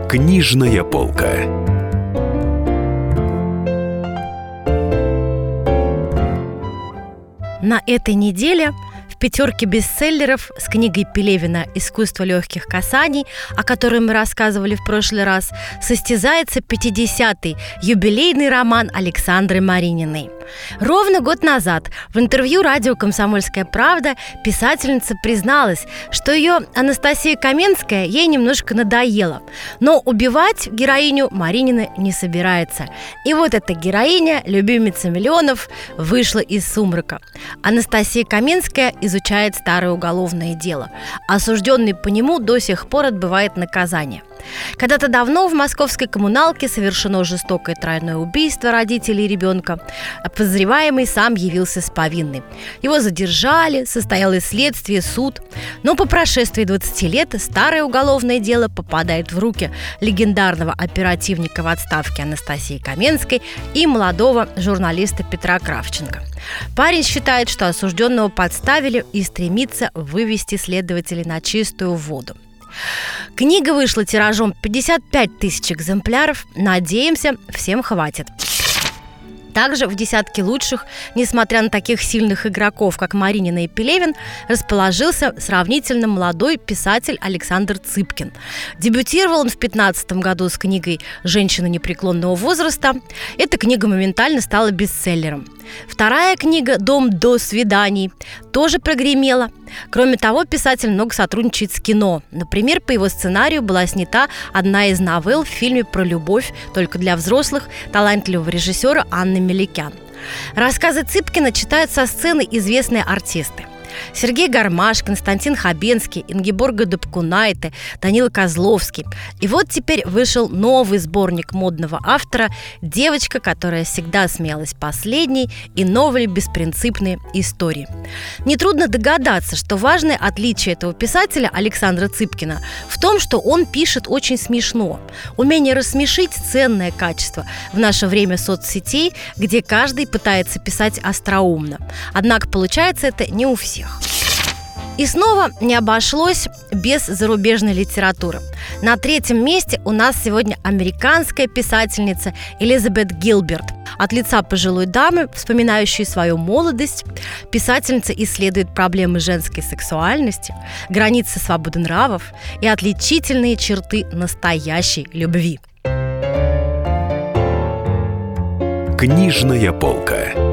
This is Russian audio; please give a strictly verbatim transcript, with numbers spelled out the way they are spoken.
Книжная полка. На этой неделе в пятерке бестселлеров с книгой Пелевина «Искусство легких касаний», о которой мы рассказывали в прошлый раз, состязается пятидесятый юбилейный роман Александры Марининой. Ровно год назад в интервью радио «Комсомольская правда» писательница призналась, что ее Анастасия Каменская ей немножко надоела, но убивать героиню Маринина не собирается. И вот эта героиня, любимица миллионов, вышла из сумрака. Анастасия Каменская изучает старое уголовное дело. Осужденный по нему до сих пор отбывает наказание. Когда-то давно в московской коммуналке совершено жестокое тройное убийство родителей ребенка. Подозреваемый сам явился с повинной. Его задержали, состоялось следствие, суд. Но по прошествии двадцати лет старое уголовное дело попадает в руки легендарного оперативника в отставке Анастасии Каменской и молодого журналиста Петра Кравченко. Парень считает, что осужденного подставили и стремится вывести следователей на чистую воду. Книга вышла тиражом пятьдесят пять тысяч экземпляров. Надеемся, всем хватит. Также в десятке лучших, несмотря на таких сильных игроков, как Маринина и Пелевин, расположился сравнительно молодой писатель Александр Цыпкин. Дебютировал он в пятнадцатом году с книгой «Женщина непреклонного возраста». Эта книга моментально стала бестселлером. Вторая книга «Дом до свиданий» тоже прогремела. Кроме того, писатель много сотрудничает с кино. Например, по его сценарию была снята одна из новелл в фильме про любовь, только для взрослых, талантливого режиссера Анны Меликян. Рассказы Цыпкина читают со сцены известные артисты: Сергей Гармаш, Константин Хабенский, Ингеборга Дапкунайте, Данила Козловский. И вот теперь вышел новый сборник модного автора «Девочка, которая всегда смеялась последней» и новые беспринципные истории. Нетрудно догадаться, что важное отличие этого писателя Александра Цыпкина в том, что он пишет очень смешно. Умение рассмешить – ценное качество в наше время соцсетей, где каждый пытается писать остроумно. Однако получается это не у всех. И снова не обошлось без зарубежной литературы. На третьем месте у нас сегодня американская писательница Элизабет Гилберт. От лица пожилой дамы, вспоминающей свою молодость, писательница исследует проблемы женской сексуальности, границы свободы нравов и отличительные черты настоящей любви. Книжная полка.